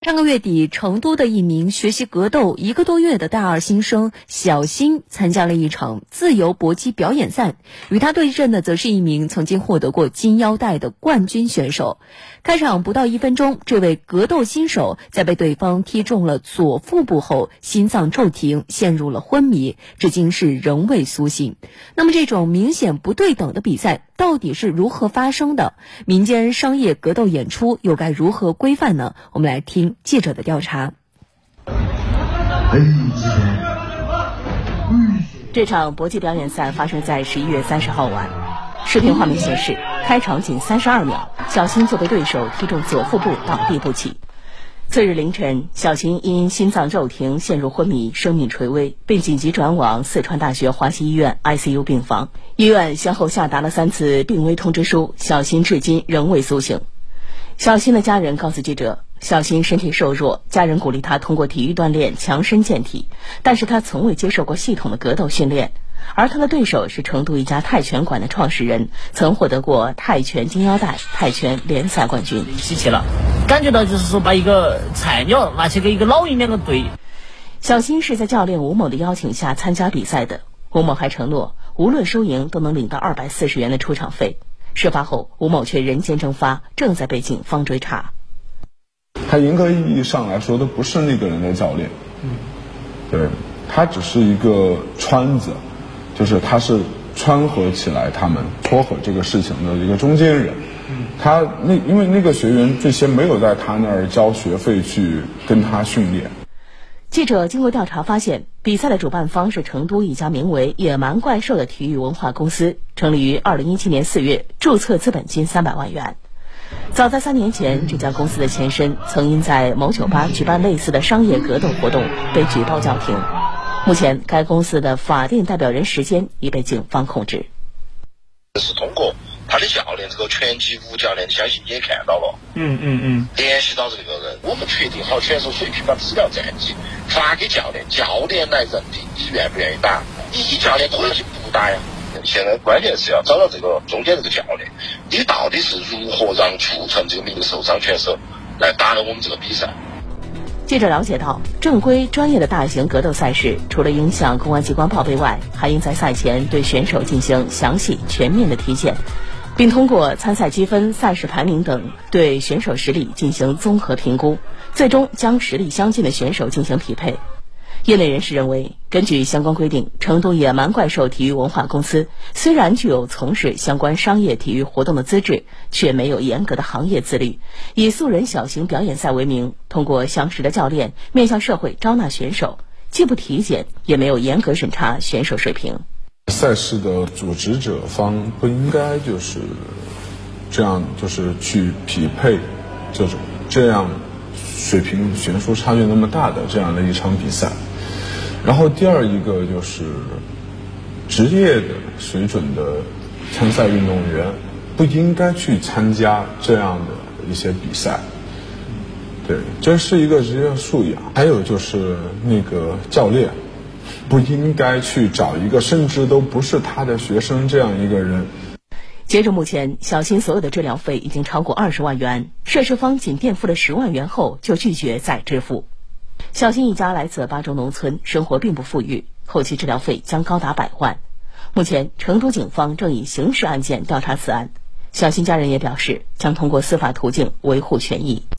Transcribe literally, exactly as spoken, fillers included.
上个月底，成都的一名学习格斗一个多月的大二新生小新参加了一场自由搏击表演赛，与他对阵的则是一名曾经获得过金腰带的冠军选手。开场不到一分钟，这位格斗新手在被对方踢中了左腹部后，心脏骤停，陷入了昏迷，至今是仍未苏醒。那么这种明显不对等的比赛到底是如何发生的？民间商业格斗演出又该如何规范呢？我们来听记者的调查。这场搏击表演赛发生在十一月三十号晚。视频画面显示，开场仅三十二秒，小新就被对手踢中左腹部，倒地不起。次日凌晨，小新因心脏骤停陷入昏迷，生命垂危，并紧急转往四川大学华西医院 I C U 病房。医院先后下达了三次病危通知书，小新至今仍未苏醒。小新的家人告诉记者，小新身体瘦弱，家人鼓励他通过体育锻炼强身健体，但是他从未接受过系统的格斗训练。而他的对手是成都一家泰拳馆的创始人，曾获得过泰拳金腰带、泰拳联赛冠军。 稀奇了，感觉到就是说把一个菜鸟拿去跟一个老鹰两个对。 小新是在教练吴某的邀请下参加比赛的，吴某还承诺无论输赢都能领到二百四十元的出场费。事发后，吴某却人间蒸发，正在被警方追查。 他严格意义上来说都不是那个人的教练，嗯，对，他只是一个穿子，就是他是穿合起来他们撮合这个事情的一个中间人。嗯，他那因为那个学员最先没有在他那儿交学费去跟他训练。 记者经过调查发现，比赛的主办方是成都一家名为野蛮怪兽的体育文化公司，成立于二零一七年四月，注册资本金三百万元。早在三年前，这家公司的前身曾因在某酒吧举办类似的商业格斗活动被举报叫停。目前该公司的法定代表人时间已被警方控制。 是通过他的教练，这个拳击吴教练相信也看到了， 嗯嗯嗯， 联系到这个人，我们确定好选手水平，把资料占据发给教练，教练来认定你愿不愿意打，你教练可能就不打呀。现在关键是要找到这个中间这个教练，你到底是如何让促成这个名受伤选手来打了我们这个比赛。 记者了解到，正规专业的大型格斗赛事，除了应向公安机关报备外，还应在赛前对选手进行详细全面的体检，并通过参赛积分、赛事排名等对选手实力进行综合评估，最终将实力相近的选手进行匹配。业内人士认为，根据相关规定，成都野蛮怪兽体育文化公司虽然具有从事相关商业体育活动的资质，却没有严格的行业自律，以素人小型表演赛为名，通过相识的教练面向社会招纳选手，既不体检，也没有严格审查选手水平。 赛事的组织者方不应该就是这样，就是去匹配这种这样水平悬殊差距那么大的这样的一场比赛。然后第二一个就是职业的水准的参赛运动员不应该去参加这样的一些比赛，对，这是一个职业素养。还有就是那个教练不应该去找一个甚至都不是他的学生这样一个人。 截至目前，小新所有的治疗费已经超过二十万元，涉事方仅垫付了十万元后就拒绝再支付。小新一家来自巴中农村，生活并不富裕，后期治疗费将高达百万。目前，成都警方正以刑事案件调查此案。小新家人也表示，将通过司法途径维护权益。